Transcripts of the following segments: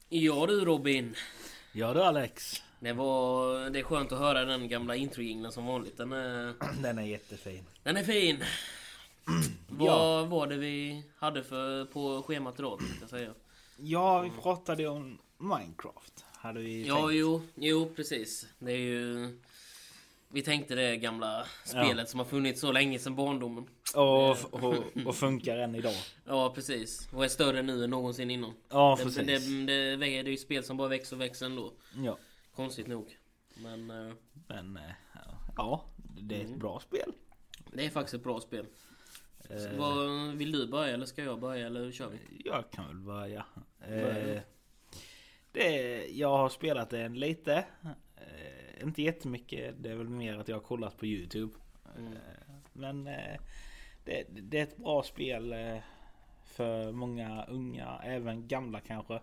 Ja du Robin. Ja du Alex. Det är skönt att höra den gamla introjingeln som vanligt. Den Den är jättefin. är fin. Ja. Vad var det vi hade på schemat idag, tänkte jag säga? Ja, vi pratade ju om Minecraft. Hade vi Ja, tänkt. jo, precis. Det är ju... Vi tänkte det gamla spelet som har funnits så länge sedan barndomen. Och funkar än idag. Ja, precis. Och är större nu än någonsin innan. Ja, Det precis. är ju spel som bara växer och växer ändå. Ja. Konstigt nog. Men Ja, det är ett bra spel. det är faktiskt ett bra spel. Vill du börja eller ska jag börja eller hur kör vi? Jag kan väl börja. Börja. Jag har spelat det lite. Inte jättemycket. Det är väl mer att jag har kollat på YouTube. Men det är ett bra spel för många unga, även gamla kanske.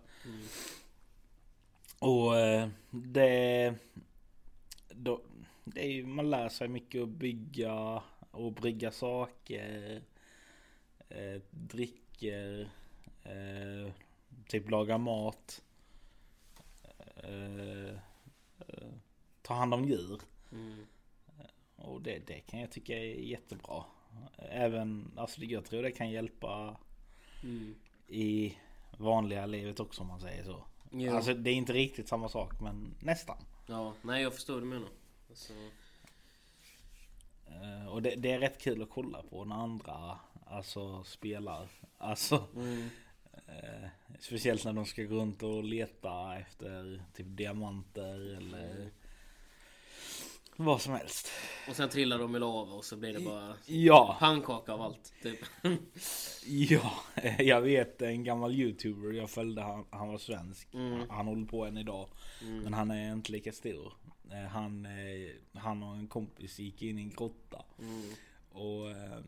Och det är ju, man lär sig mycket att bygga och brygga saker, dricker, typ laga mat, ta hand om djur. Och det kan jag tycka är jättebra. Även, alltså jag tror det kan hjälpa i vanliga livet också, om man säger så. Jo. Alltså det är inte riktigt samma sak, men nästan. Ja, nej jag förstår vad du menar. Alltså... Och det är rätt kul att kolla på när andra alltså spelar. Alltså speciellt när de ska gå runt och leta efter typ diamanter eller vad som helst. Och sen trillar de i lava och så blir det bara pannkaka av allt typ. Ja, jag vet en gammal YouTuber jag följde, han var svensk. Han håller på än idag. Men han är inte lika stor. Han och en kompis gick in i en grotta. Och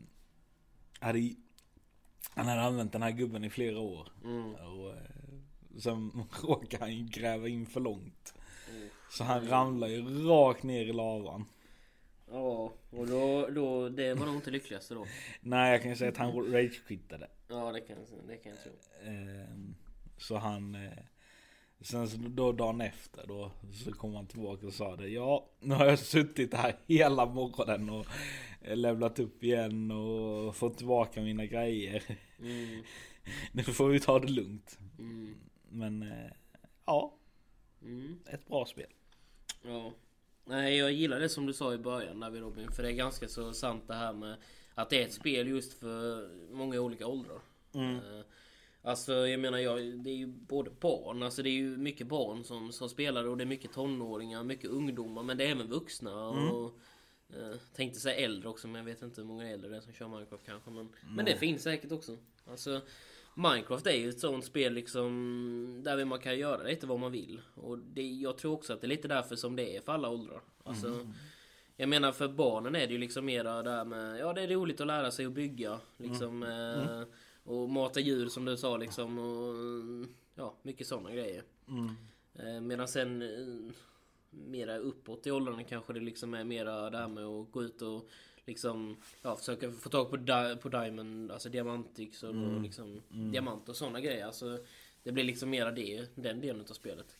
han hade använt den här gubben i flera år. Och sen råkade han gräva in för långt. Så han ramlade ju rakt ner i lavan. Ja, och då det var nog inte lyckligast då. Nej, jag kan säga att han rage-quittade. Ja, det kan jag tro. Så han sen så då dagen efter då så kom han tillbaka och sa det: ja, nu har jag suttit här hela morgonen och levlat upp igen och fått tillbaka mina grejer. Nu får vi ta det lugnt. Men ja, ett bra spel. Ja. Nej, jag gillar det som du sa i början där, Robin, för det är ganska så sant det här med att det är ett spel just för många olika åldrar. Alltså jag menar, det är ju både barn, alltså det är ju mycket barn som spelar, och det är mycket tonåringar, mycket ungdomar, men det är även vuxna och tänkte säga äldre också, men jag vet inte hur många äldre det är som kör Minecraft kanske, men det finns säkert också. Alltså Minecraft är ju ett sånt spel liksom där man kan göra lite vad man vill, och jag tror också att det är lite därför som det är för alla åldrar. Alltså jag menar, för barnen är det ju liksom mera där med, ja, det är roligt att lära sig att bygga liksom, och mata djur som du sa liksom, och ja, mycket sådana grejer. Medan sen mera uppåt i åldrarna kanske det liksom är mera där med att gå ut och liksom, ja, försöka få tag på diamond, alltså diamantix och liksom diamant och sådana grejer. Alltså det blir liksom mera den delen av spelet.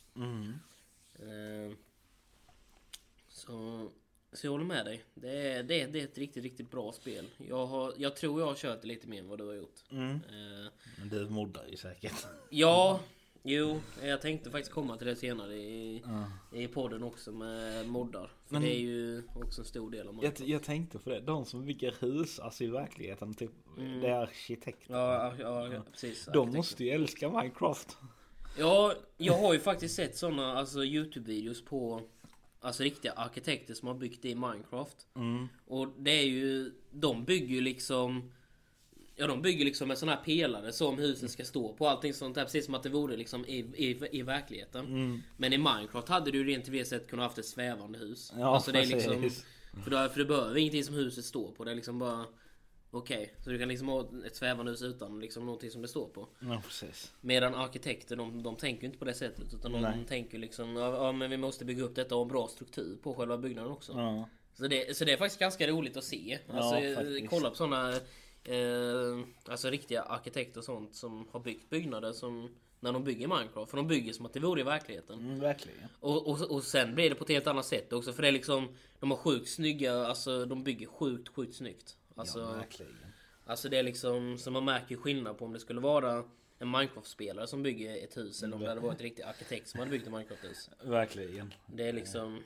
Så jag håller med dig. Det är ett riktigt, riktigt bra spel. Jag tror jag har kört det lite mer än vad du har gjort. Men du moddar ju säkert. Ja, jo, jag tänkte faktiskt komma till det senare i podden också med moddar. För Men det är ju också en stor del av Minecraft. Jag tänkte på det. De som bygger hus, alltså i verkligheten typ, det är arkitekter. Ja, precis. De måste ju älska Minecraft. Ja, jag har ju faktiskt sett sådana, alltså YouTube-videos på alltså riktiga arkitekter som har byggt i Minecraft. Och det är ju, de bygger liksom med såna här pelare som huset ska stå på, allting sånt där, precis som att det vore liksom i verkligheten. Men i Minecraft hade du rent till sätt kunnat haft ett svävande hus. Ja, alltså det är liksom, precis. för du behöver ingenting som huset står på, det är liksom bara okej. Så du kan liksom ha ett svävande hus utan liksom någonting som det står på. Ja, precis. Medan arkitekter, de tänker inte på det sättet, utan de tänker liksom, ja, men vi måste bygga upp detta och en bra struktur på själva byggnaden också. Ja. Så det är faktiskt ganska roligt att se. Alltså, kolla på sådana alltså riktiga arkitekter och sånt som har byggt byggnader som när de bygger Minecraft. För de bygger som att det vore i verkligheten. Verkligen. Och sen blir det på ett helt annat sätt också. För det är liksom, de har sjukt snygga, alltså de bygger sjukt snyggt. Alltså, Ja, verkligen. alltså det är liksom, så man märker skillnad på om det skulle vara en Minecraft-spelare som bygger ett hus eller om det hade varit en riktig arkitekt som hade byggt ett Minecraft-hus. Verkligen. Det är liksom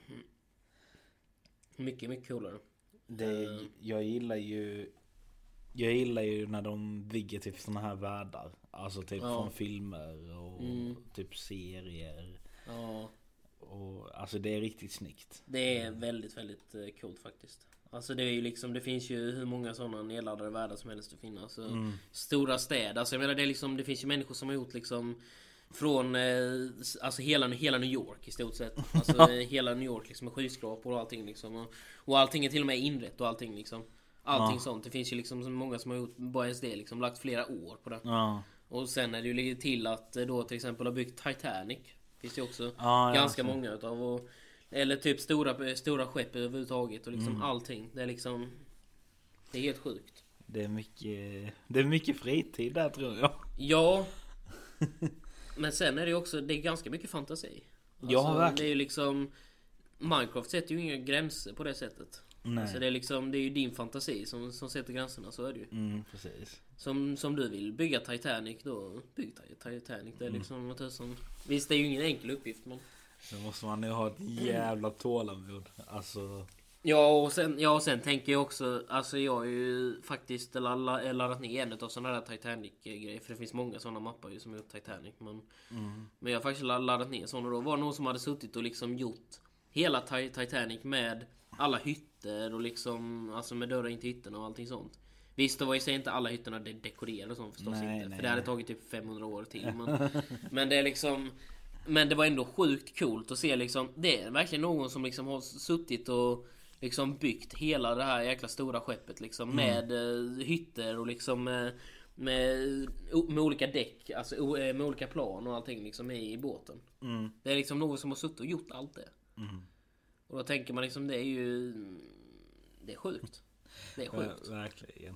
mycket coolare. Jag gillar ju när de bygger typ såna här världar. Alltså typ från filmer och typ serier. Ja. Och alltså det är riktigt snyggt. Det är väldigt coolt faktiskt. Alltså det är ju liksom, det finns ju hur många sådana nedladdade världar som helst att finna. Så stora städer. Alltså jag menar det är liksom, det finns ju människor som har gjort liksom från alltså hela New York i stort sett. Alltså hela New York liksom med skyskrapor och allting liksom. Och allting är till och med inrett och allting liksom. Allting sånt. Det finns ju liksom så många som har gjort bara ens det liksom, lagt flera år på det. Ja. Och sen är det ju lite till att då till exempel har byggt Titanic. Finns det också ganska många utav. Och, eller typ stora skepp överhuvudtaget och liksom allting. Det är liksom, det är helt sjukt. Det är mycket fritid där tror jag. Ja. Men sen är det också, det är ganska mycket fantasi. Alltså, Ja, verkligen. det är ju liksom, Minecraft sätter ju inga gränser på det sättet. Nej. Alltså det är liksom, det är ju din fantasi som sätter gränserna, så är det ju. Precis. Som du vill bygga Titanic då, bygg Titanic. Det är liksom något som, visst det är ju ingen enkel uppgift men. Så måste man ju ha ett jävla tålamod. Alltså. Ja och sen tänker jag också, alltså jag har ju faktiskt laddat ner en av sådana där Titanic-grejer. För det finns många sådana mappar ju som har gjort Titanic. Men jag har faktiskt laddat ner sådana. Då var det någon som hade suttit och liksom gjort hela Titanic med alla hytter och liksom, alltså med dörrar in till hytterna och allting sånt. Visst, det var ju sig inte alla hytterna dekorerade och sånt förstås inte. För det hade tagit typ 500 år till. Men det är liksom, men det var ändå sjukt coolt att se liksom, det är verkligen någon som liksom har suttit och liksom byggt hela det här jäkla stora skeppet liksom med hytter och liksom med olika däck, alltså med olika plan och allting liksom i båten. Det är liksom någon som har suttit och gjort allt det. Och då tänker man liksom, det är ju, det är sjukt. Det är sjukt. Verkligen.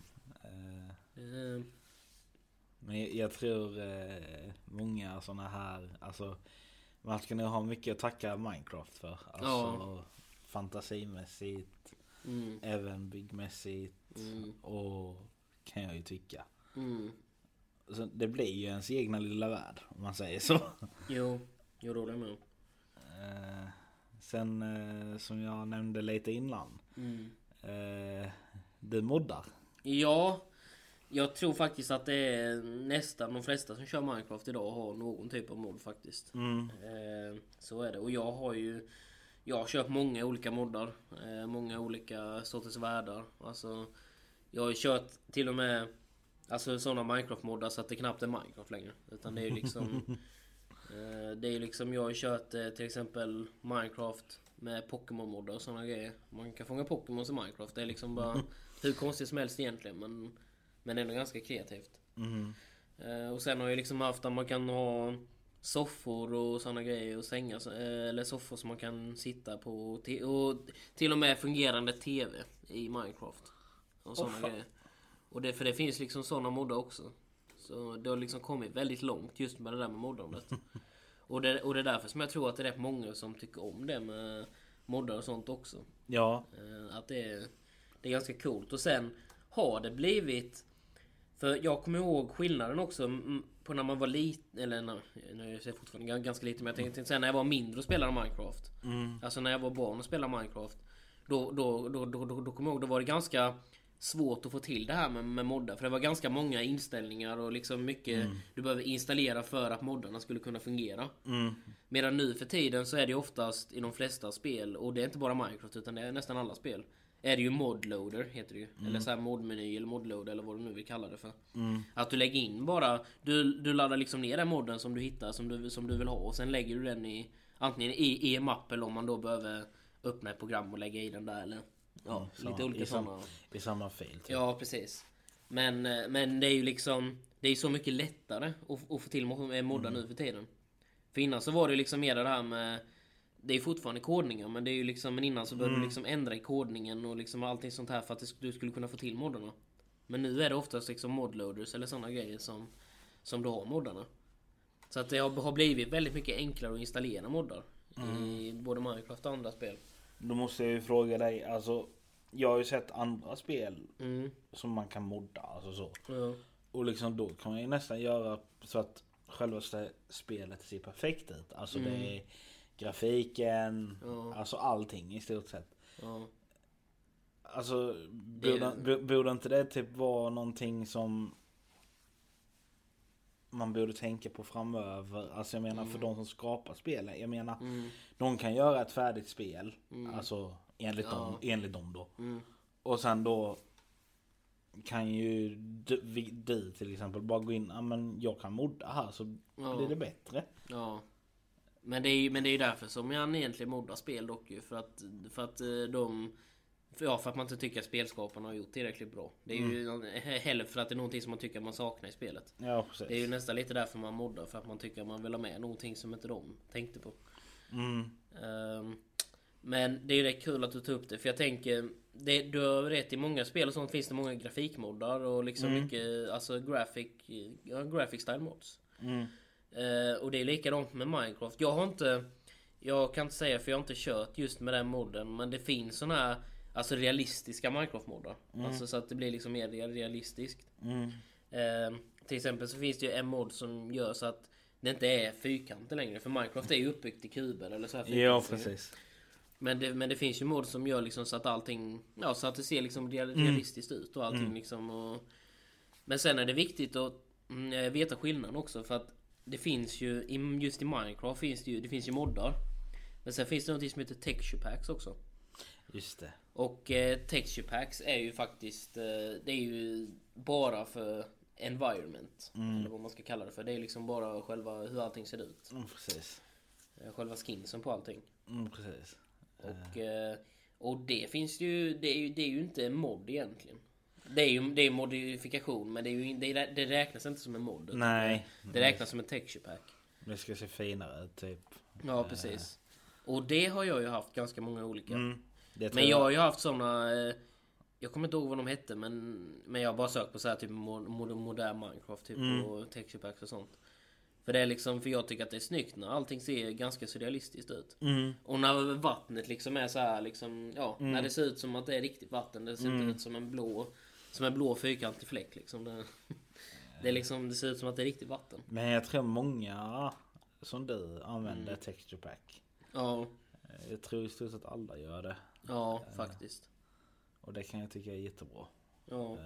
Men jag tror många såna här, alltså man ska nog ha mycket att tacka Minecraft för. Alltså fantasimässigt, även byggmässigt och kan jag ju tycka. Så det blir ju ens egna lilla värld om man säger så. Jo då är det med. Sen som jag nämnde lite innan. Du moddar. Ja, jag tror faktiskt att det är nästan de flesta som kör Minecraft idag har någon typ av mod faktiskt. Så är det. Och jag har köpt många olika moddar. Många olika sorters världar. Alltså, jag har kört till och med alltså sådana Minecraft-moddar så att det knappt är Minecraft längre. Utan det är ju liksom det är liksom, jag har kört till exempel Minecraft med Pokémon-moddar och sådana grejer. Man kan fånga Pokémon i Minecraft. Det är liksom bara hur konstigt som helst egentligen. Men ändå ganska kreativt. Och sen har jag liksom haft att man kan ha soffor och sådana grejer och sängar eller soffor som man kan sitta på och till och med fungerande tv i Minecraft och sådana grejer. Och för det finns liksom sådana moddar också. Så det har liksom kommit väldigt långt just med det där med moddandet. Och det är därför som jag tror att det är rätt många som tycker om det med moddar och sånt också. Ja. Att det är ganska coolt. Och sen har det blivit, för jag kommer ihåg skillnaden också på när man var liten, eller nu är jag fortfarande ganska liten, men jag tänkte sen när jag var mindre och spelade Minecraft. Alltså när jag var barn och spelade Minecraft, då kommer jag ihåg, då var det ganska svårt att få till det här med moddar. För det var ganska många inställningar och liksom mycket du behöver installera för att moddarna skulle kunna fungera. Medan nu för tiden så är det oftast i de flesta spel, och det är inte bara Minecraft utan det är nästan alla spel, är det ju modloader heter det ju. Eller så här modmeny eller modloader eller vad du nu vill kalla det för. Att du lägger in bara, du laddar liksom ner den modden som du hittar som du vill ha, och sen lägger du den i antingen i en mapp, eller om man då behöver öppna ett program och lägga i den där, eller ja, lite olika sådana. I samma fil. Typ. Ja, precis. Men det är ju liksom, det är så mycket lättare att få till moddar nu för tiden. För innan så var det liksom mer det här med, det är fortfarande kodningar, men det är ju liksom, men innan så började du liksom ändra i kodningen och liksom allting sånt här för att du skulle kunna få till moddarna. Men nu är det oftast liksom modloaders eller sådana grejer som du har moddarna. Så att det har blivit väldigt mycket enklare att installera moddar i både Minecraft och andra spel. Då måste jag ju fråga dig, alltså jag har ju sett andra spel som man kan modda, alltså så. Ja. Och liksom då kan man ju nästan göra så att själva spelet ser perfekt ut. Alltså det är grafiken, alltså allting i stort sett. Ja. Alltså borde inte det typ vara någonting som man borde tänka på framöver? Alltså jag menar för de som skapar spel. Jag menar de kan göra ett färdigt spel, alltså enligt dem då. Och sen då kan ju du till exempel bara gå in, ja men jag kan modda här så blir det bättre. Ja. Men det är ju därför som jag egentligen moddar spel dock ju. För att man inte tycker att spelskaparna har gjort tillräckligt bra. Det är ju heller för att det är någonting som man tycker att man saknar i spelet. Ja, precis. Det är ju nästan lite därför man moddar. För att man tycker att man vill ha med någonting som inte de tänkte på. Men det är ju rätt kul att du tar upp det. För jag tänker, du har rätt, i många spel och sånt finns det många grafikmoddar. Och liksom mycket, alltså graphic style mods. Och det är likadant med Minecraft. Jag kan inte säga för jag har inte kört just med den modden. Men det finns såna här, alltså realistiska Minecraft-moddar. Alltså så att det blir liksom mer realistiskt. Till exempel så finns det ju en mod som gör så att det inte är fyrkanter längre. För Minecraft är ju uppbyggt i kuber eller så här. Ja, precis. Men det finns ju mod som gör liksom så att allting, ja, så att det ser liksom realistiskt ut och allting liksom. Men sen är det viktigt att veta skillnaden också, för att det finns ju just i Minecraft det finns ju moddar. Men sen finns det något som heter texture packs också. Just det. Och texture packs är ju faktiskt det är ju bara för environment eller vad man ska kalla det för. Det är liksom bara själva hur allting ser ut. Precis. Själva skinsen på allting. Precis. Och det finns ju det är ju inte en mod egentligen. Det är modifikation, men det räknas inte som en mod. Nej. Det räknas som en texture pack. Det ska se finare ut typ. Ja, precis. Och det har jag ju haft ganska många olika. Men jag har ju haft såna jag kommer inte ihåg vad de hette, men jag har bara sökt på så här typ modern Minecraft typ och texture packs och sånt. För det är liksom, för jag tycker att det är snyggt när allting ser ganska så realistiskt ut. Och när vattnet liksom är så här liksom, ja, när det ser ut som att det är riktigt vatten, det ser inte ut som en blå fyrkantig fläck liksom. Det är liksom, det ser ut som att det är riktigt vatten. Men jag tror många som du använder texture pack. Ja. Jag tror i stort sett alla gör det. Ja, faktiskt. Och det kan jag tycka är jättebra. Ja.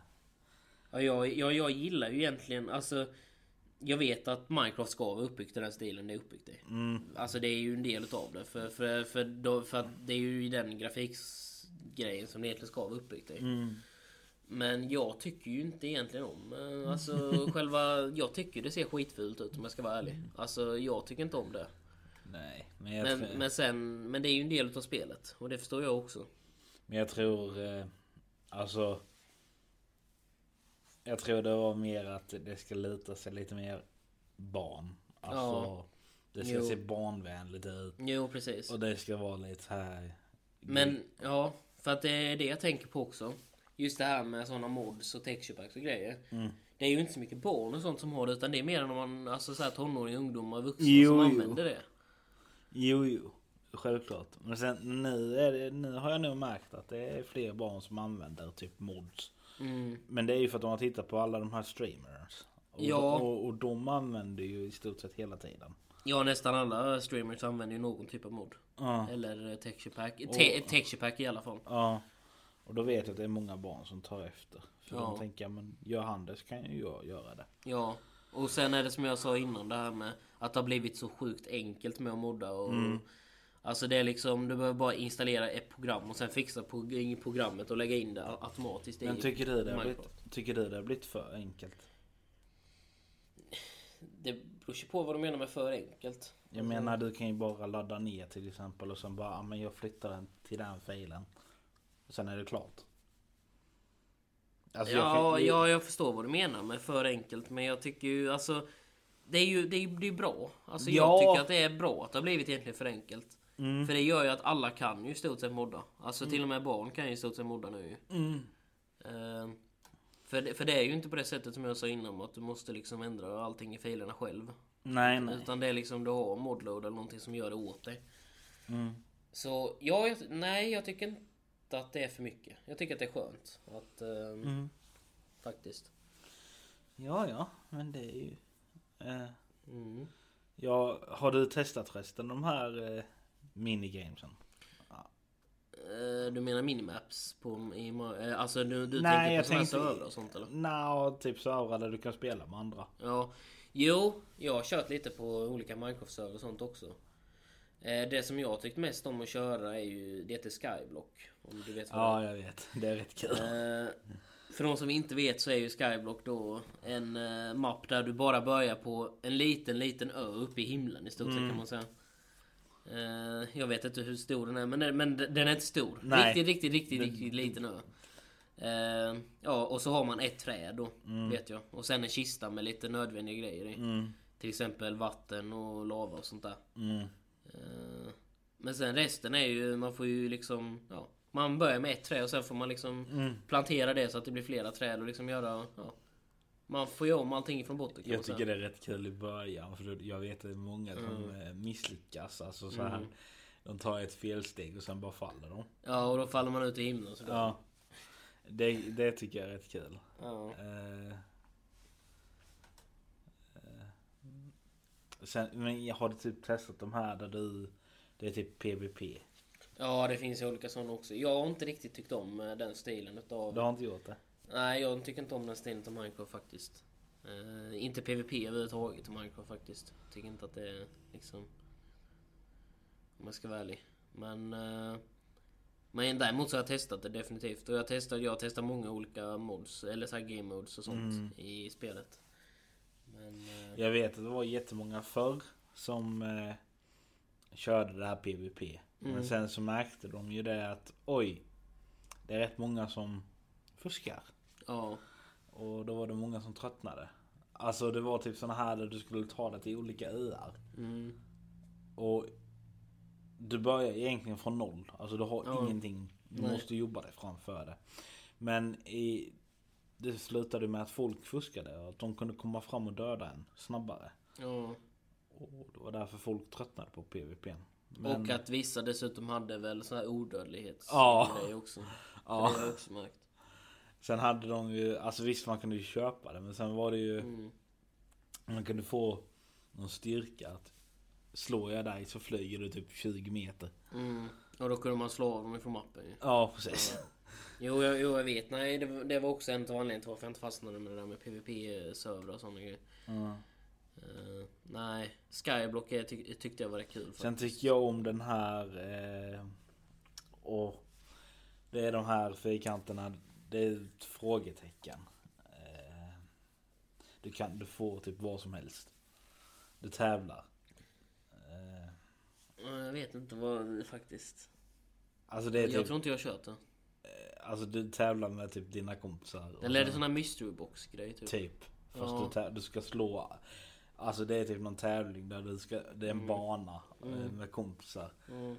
Jag gillar ju egentligen, alltså jag vet att Minecraft ska vara uppbyggt i den stilen det är uppbyggt i. Alltså det är ju en del av det. För att det är ju i den grafiksgrejen som det egentligen ska vara uppbyggt i. Men jag tycker ju inte egentligen om alltså jag tycker det ser skitfult ut om jag ska vara ärlig. Alltså jag tycker inte om det. Nej, men det är ju en del av spelet och det förstår jag också. Men jag tror jag tror det var mer att det ska luta sig lite mer barn. Alltså det ska se barnvänligt ut. Jo, precis. Och det ska vara lite så här. Men ja, för att det är det jag tänker på också. Just det här med sådana mods och texture packs och grejer. Det är ju inte så mycket barn och sånt som har det, utan det är mer när man, alltså så här tonåringar, ungdomar och vuxna som använder det. Jo, självklart. Men sen nu har jag nog märkt att det är fler barn som använder typ mods. Men det är ju för att de har tittat på alla de här streamers. Och de använder ju i stort sett hela tiden. Ja, nästan alla streamers använder ju någon typ av mod. Eller texture pack. Texture pack i alla fall. Ja. Och då vet jag att det är många barn som tar efter. För de tänker, men gör han det så kan ju jag göra det. Ja. Och sen är det som jag sa innan, det här med att det har blivit så sjukt enkelt med att modda. Och, alltså det är liksom, du behöver bara installera ett program och sen fixa programmet och lägga in det automatiskt. Men tycker du det har blivit för enkelt? Det beror ju på vad du menar med för enkelt. Jag menar, du kan ju bara ladda ner till exempel och sen bara, men jag flyttar den till den filen. Och sen är det klart. Alltså jag förstår vad du menar med för enkelt, men jag tycker ju alltså det är bra. Alltså jag tycker att det är bra att det har blivit egentligen för enkelt. För det gör ju att alla kan ju i stort sett modda. Alltså till och med barn kan ju i stort sett modda nu. För det är ju inte på det sättet som jag sa innan, att du måste liksom ändra allting i filerna själv. Nej. Utan det är liksom du har modload eller någonting som gör det åt dig. Så jag tycker inte att det är för mycket. Jag tycker att det är skönt att faktiskt. Ja, men det är ju ja, har du testat förresten de här minigamesen? Du menar minimaps på alltså du Nej, tänker på sådana server och sånt eller? Nej, typ server där du kan spela med andra. Ja. Jo, jag har kört lite på olika Minecraft-server och sånt också. Det som jag tyckt mest om att köra är ju det är Skyblock. Om du vet vad Ja, jag vet. Det är rätt kul. För de som inte vet så är ju Skyblock då en mapp där du bara börjar på en liten ö uppe i himlen i stort sett kan man säga. Jag vet inte hur stor den är, men den är inte stor. Nej. Riktigt liten ö. Ja, och så har man ett träd då, vet jag. Och sen en kista med lite nödvändiga grejer i. Till exempel vatten och lava och sånt där. Men sen resten är ju, man får ju liksom, ja, man börjar med ett träd och sen får man liksom plantera det så att det blir flera träd och liksom göra, ja. Man får ju om allting från botten kan Jag man säga. tycker det är rätt kul i början, för jag vet att det är många som misslyckas. Alltså så här, de tar ett felsteg och sen bara faller de. Ja, och då faller man ut i himlen så Ja. Det tycker jag är rätt kul. Ja. Sen, men jag har typ testat de här där det är typ PVP. Ja, det finns ju olika sådana också. Jag har inte riktigt tyckt om den stilen utav... Du har inte gjort det? Nej, jag tycker inte om den stilen av Minecraft faktiskt. Inte PVP överhuvudtaget i Minecraft faktiskt. Jag tycker inte att det är liksom... Om jag ska vara ärlig. Men däremot så har jag testat det definitivt. Och jag har testat många olika mods. Eller så här game mods och sånt i spelet. Men, jag vet att det var jättemånga förr som körde det här PVP. Men sen så märkte de ju det att oj, det är rätt många som fuskar. Ja. Och då var det många som tröttnade. Alltså det var typ såna här där du skulle ta det till olika öar. Och du börjar egentligen från noll. Alltså du har ingenting. Du måste jobba dig framför det. Men det slutade med att folk fuskade. Och att de kunde komma fram och döda en snabbare. Ja. Och det var därför folk tröttnade på PVP. Och att vissa dessutom hade väl sån här odödlighet. Ja. Det också. Ja. Det har jag också märkt. Sen hade de ju, alltså visst man kunde ju köpa det. Men sen var det ju, man kunde få någon styrka att slår jag dig så flyger du typ 20 meter. Och då kunde man slå av dem ifrån mappen ju. Ja, precis. Ja. Jo, jag vet. Nej, det var också en av anledningarna till varför jag inte fastnade med det där med PVP-server och sådana grejer. Nej, Skyblock tyckte jag var kul faktiskt. Sen tycker jag om den här och det är de här fyrkanterna. Det är ett frågetecken. Du får typ vad som helst. Du tävlar. Jag vet inte vad faktiskt. Alltså det är jag tror inte jag har kört det. Alltså du tävlar med typ dina kompisar. Eller är det sån här mystery box grej typ? Typ. Fast du ska slå. Alltså det är typ någon tävling där det är en bana med kompisar.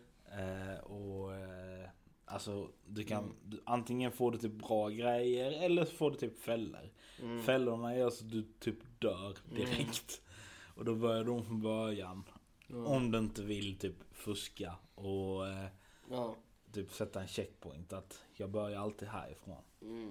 Alltså du kan antingen får du typ bra grejer eller så får du typ fällor. Fällorna är alltså du typ dör direkt. Och då börjar de från början. Om du inte vill typ fuska och typ sätta en checkpoint att jag börjar alltid härifrån.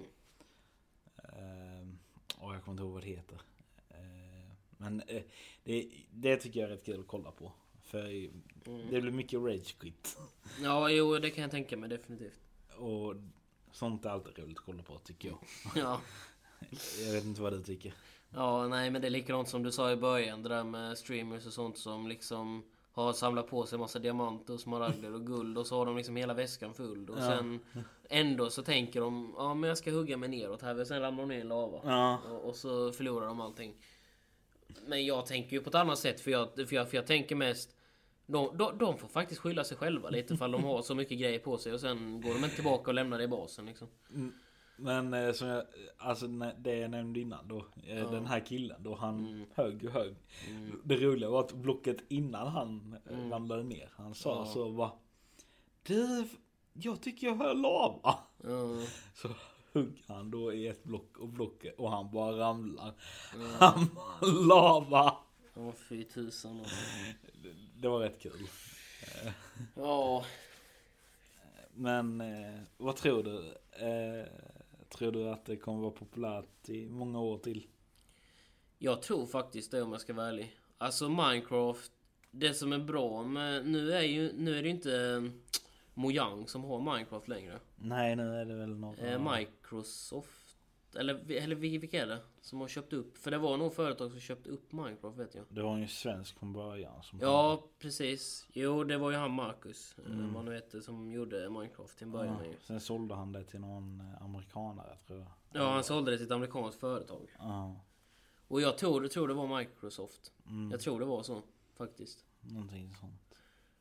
Och jag kommer inte ihåg vad det heter. Men det tycker jag är rätt kul att kolla på. För det blir mycket rage quit. Ja, jo, det kan jag tänka mig definitivt. Och sånt är alltid roligt att kolla på tycker jag. Ja. Jag vet inte vad du tycker. Ja, nej, men det är likadant som du sa i början. Det där med streamers och sånt som liksom har samlat på sig en massa diamanter och smaragder och guld. Och så har de liksom hela väskan full. Och sen ändå så tänker de, ja men jag ska hugga mig neråt här. Sen ramlar de ner i lava. Ja. Och så förlorar de allting. Men jag tänker ju på ett annat sätt. För jag tänker mest, de får faktiskt skylla sig själva lite. För de har så mycket grejer på sig. Och sen går de inte tillbaka och lämnar det i basen liksom. Men som det jag nämnde innan då, den här killen då han högg. Det roliga var att blocket innan han ramlade ner, han sa så va, jag tycker jag hör lava. Så hugg han då i ett block och han bara ramlar. Han bara lava. Ja, 4000 och... Det var rätt kul. Ja. Men vad tror du? Tror du att det kommer vara populärt i många år till? Jag tror faktiskt det, om jag ska vara ärlig. Alltså Minecraft, det som är bra med... Nu är det inte Mojang som har Minecraft längre. Nej, nu är det väl något... Microsoft. Eller vilka är det som har köpt upp? För det var nog företag som köpte upp Minecraft, vet jag. Det var ju svensk från början. Ja, precis. Jo, det var ju han Marcus. Man vet det, som gjorde Minecraft till en början. Ja, sen sålde han det till någon amerikanare, tror jag. Ja, han sålde det till ett amerikanskt företag. Ja. Och jag tror det var Microsoft. Jag tror det var så, faktiskt. Någonting sånt.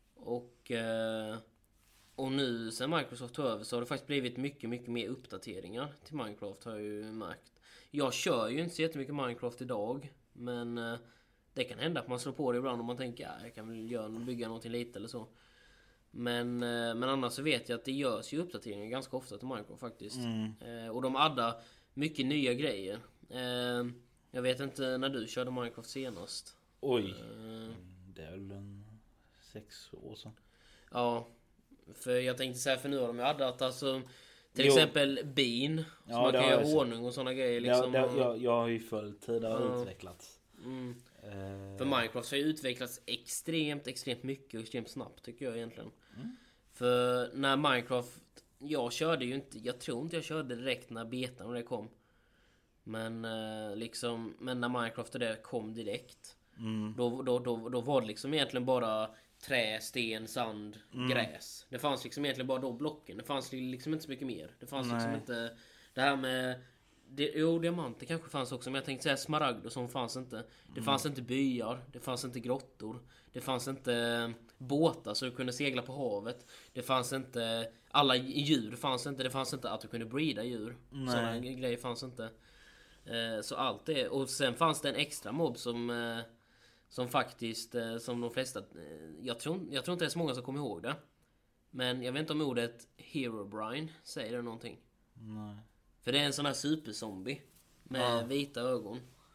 Och nu sen Microsoft tog över så har det faktiskt blivit mycket mer uppdateringar till Minecraft, har jag ju märkt. Jag kör ju inte så jättemycket Minecraft idag, men det kan hända att man slår på det ibland om man tänker jag kan väl bygga någonting lite eller så. Men annars så vet jag att det görs ju uppdateringar ganska ofta till Minecraft faktiskt. Och de addar mycket nya grejer. Jag vet inte när du körde Minecraft senast. Oj. Det är väl 6 år sedan. Ja. För jag tänkte säga, för nu har de ju addat alltså till exempel bin. Så man kan göra honung och sådana grejer liksom. Jag har ju följt hur det har utvecklats. För Minecraft har ju utvecklats extremt mycket och extremt snabbt, tycker jag egentligen. För när Minecraft, jag tror inte jag körde direkt när betan och det kom. Men när Minecraft och det kom direkt, då var det liksom egentligen bara trä, sten, sand, gräs. Det fanns liksom egentligen bara då blocken. Det fanns liksom inte så mycket mer. Det fanns liksom inte det här med diamanter kanske fanns också, men jag tänkte säga smaragd och sånt fanns inte. Det fanns inte byar, det fanns inte grottor, det fanns inte båtar så du kunde segla på havet. Det fanns inte alla djur, det fanns inte att du kunde breeda djur. Sådana grejer fanns inte. Så allt det, och sen fanns det en extra mobb som faktiskt, som de flesta, jag tror inte det är så många som kommer ihåg det. Men jag vet inte om ordet Herobrine säger det någonting. Nej. För det är en sån här superzombie med vita ögon.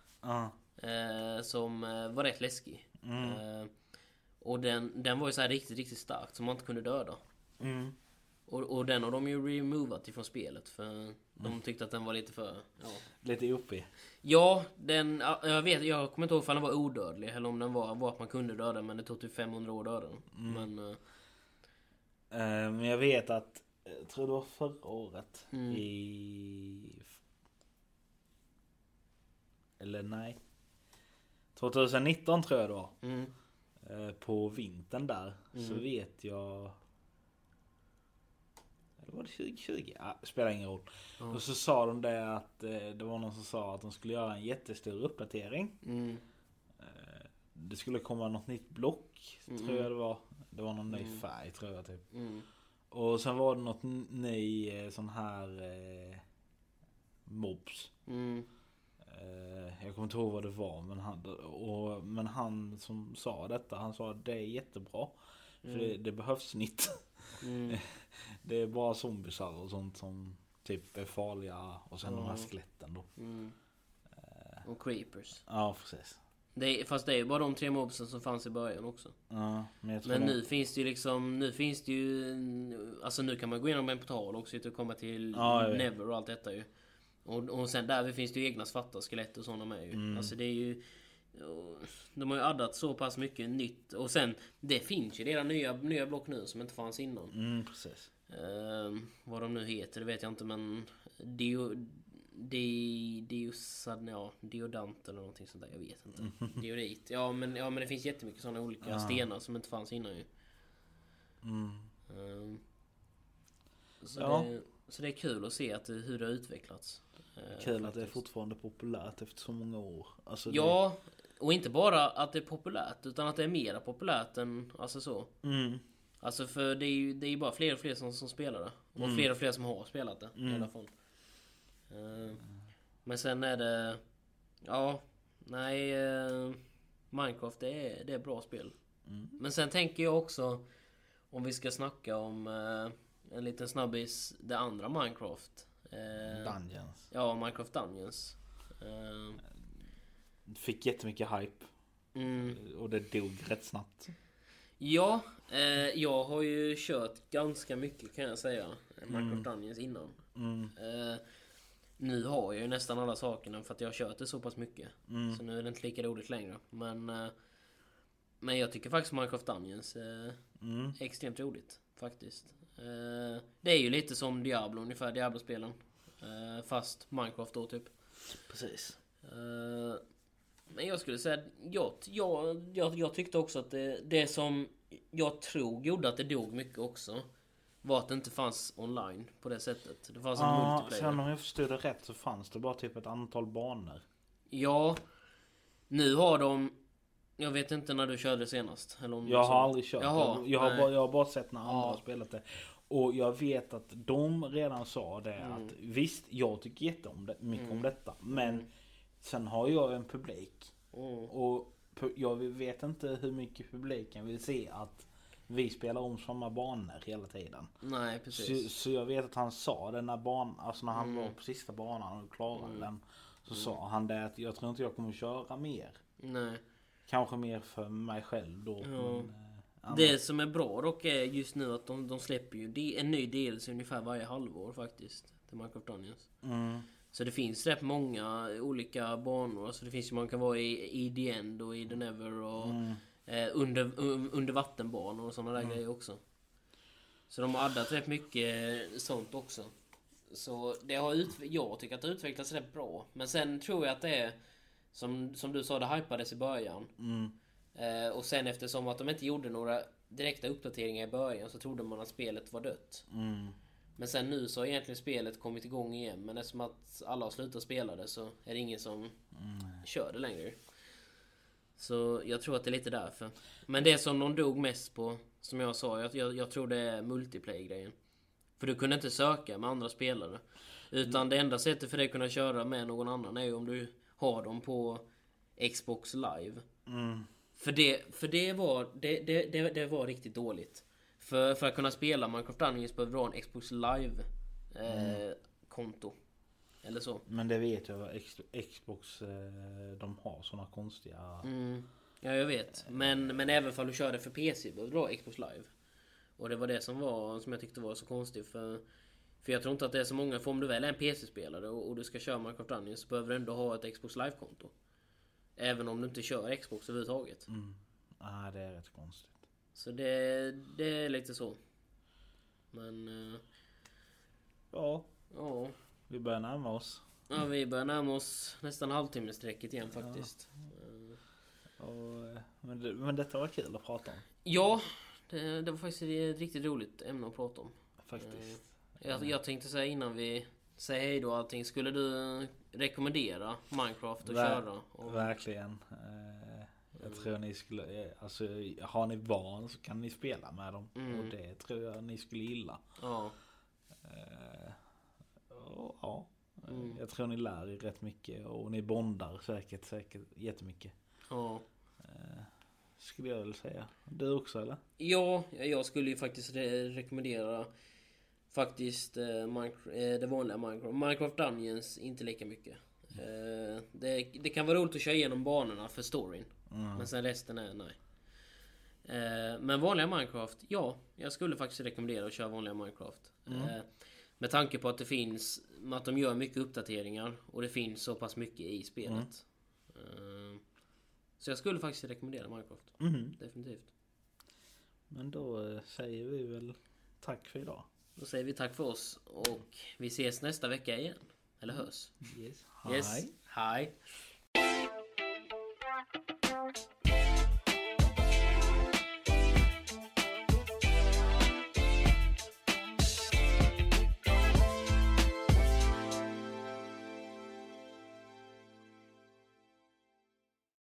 Som var rätt läskig. Och den var ju så här riktigt starkt, som man inte kunde döda. Och den har de ju removat ifrån spelet, för de tyckte att den var lite för... Ja. Lite OP. Ja, jag kommer inte ihåg om den var odödlig eller om den var att man kunde döda, men det tog typ 500 år döda den. Men jag vet att, jag tror det var förra året eller nej, 2019 tror jag det var. På vintern där så vet jag, eller var det 2020? Ja, spelar ingen roll. Och så sa de det att det var någon som sa att de skulle göra en jättestor uppdatering. Det skulle komma något nytt block, tror jag det var. Det var någon ny färg, tror jag typ. Och sen var det något ny sån här mobs. Jag kommer inte ihåg vad det var, men han som sa detta, han sa att det är jättebra. För det behövs nytt. Det är bara zombisar och sånt som typ är farliga, och sen de här skeletten då. Och creepers. Ja, precis. Fast det är ju bara de 3 mobsen som fanns i början också. Men nu finns det ju liksom, alltså nu kan man gå igenom en portal också och komma till Never och allt detta ju. Och sen där finns det ju egna svarta skelett och sådana med ju. Alltså det är ju, de har ju addat så pass mycket nytt. Och sen, det finns ju redan nya block nu som inte fanns innan. Precis. Vad de nu heter, det vet jag inte, men Diodant eller någonting sånt där, jag vet inte. Diorit. Ja men det finns jättemycket sådana olika stenar som inte fanns innan ju. Så det är kul att se hur det har utvecklats. Kul att det är fortfarande populärt efter så många år. Alltså och inte bara att det är populärt, utan att det är mera populärt än, alltså så. Alltså för det är ju bara fler och fler som spelar det. Och fler som har spelat det i alla fall. Men sen är det, Minecraft det är bra spel. Men sen tänker jag också, om vi ska snacka om en liten snabbis, det andra Minecraft. Dungeons. Ja, Minecraft Dungeons. Fick jättemycket hype. Och det dog rätt snabbt. Ja, jag har ju kört ganska mycket kan jag säga. Minecraft Dungeons innan. Nu har jag ju nästan alla sakerna för att jag har kört det så pass mycket. Så nu är det inte lika roligt längre. Men jag tycker faktiskt Minecraft Dungeons är extremt roligt faktiskt. Det är ju lite som Diablo, ungefär Diablo-spelen. Fast Minecraft då typ. Precis. Men jag skulle säga jag tyckte också att det som jag tror gjorde att det dog mycket också var att det inte fanns online på det sättet. Det fanns en multiplayer. Sen om jag förstod det rätt så fanns det bara typ ett antal banor. Ja, nu har de... Jag vet inte när du körde senast. Eller om jag har aldrig kört. Jaha, jag har bara sett när andra har spelat det. Och jag vet att de redan sa det att visst, jag tycker mycket om detta. Men sen har jag en publik. Och jag vet inte hur mycket publiken vill se att vi spelar om samma banor hela tiden. Nej, precis. Så jag vet att han sa det när han var på sista banan och klarade den. Så sa han det att jag tror inte jag kommer köra mer. Nej. Kanske mer för mig själv då. Det som är bra dock är just nu att de släpper ju en ny DLC ungefär varje halvår faktiskt. Till Minecraft Dungeons. Så det finns rätt många olika banor. Så det finns ju, man kan vara i The End och i The Never och under vattenbanor och sådana där grejer också. Så de har addat rätt mycket sånt också. Så det har jag tycker att det utvecklats rätt bra. Men sen tror jag att det är som du sa, det hypades i början. Och sen eftersom att de inte gjorde några direkta uppdateringar i början så trodde man att spelet var dött. Men sen nu så har egentligen spelet kommit igång igen. Men eftersom att alla har slutat spela det så är det ingen som kör det längre. Så jag tror att det är lite därför. Men det som de dog mest på, som jag sa, jag tror det är multiplayer-grejen. För du kunde inte söka med andra spelare. Utan det enda sättet för dig att kunna köra med någon annan är ju om du har dem på Xbox Live. För det var riktigt dåligt. För att kunna spela Minecraft Dungeons behöver du ha en Xbox Live konto. Eller så. Men det vet jag, Xbox de har såna konstiga... Ja, jag vet. Men även om du kör det för PC behöver du ha Xbox Live. Och det var det som jag tyckte var så konstigt. För jag tror inte att det är så många. För om du väl är en PC-spelare och du ska köra Minecraft Dungeons så behöver du ändå ha ett Xbox Live-konto. Även om du inte kör Xbox överhuvudtaget. Ja, det är rätt konstigt. Så det är lite så. Men... Ja. Ja. Vi börjar närma oss. Ja, vi börjar närma oss nästan halvtimmesträcket igen faktiskt. Men detta var kul att prata om. Ja, det var faktiskt ett riktigt roligt ämne att prata om. Faktiskt. Jag tänkte säga innan vi säger hej då allting. Skulle du rekommendera Minecraft att köra? Verkligen. Jag tror ni skulle... Alltså, har ni barn så kan ni spela med dem. Och det tror jag ni skulle gilla. Ja. Jag tror ni lär er rätt mycket. Och ni bondar säkert jättemycket. Ja. Skulle jag väl säga. Du också eller? Ja, jag skulle ju faktiskt rekommendera faktiskt det vanliga Minecraft. Minecraft Dungeons inte lika mycket. Det kan vara roligt att köra igenom banorna för storyn. Men sen resten är nej. Men vanliga Minecraft, ja, jag skulle faktiskt rekommendera att köra vanliga Minecraft. Med tanke på att det finns, att de gör mycket uppdateringar och det finns så pass mycket i spelet. Så jag skulle faktiskt rekommendera Minecraft. Definitivt. Men då säger vi väl tack för idag. Då säger vi tack för oss och vi ses nästa vecka igen. Eller hörs. Yes. Yes. Hej.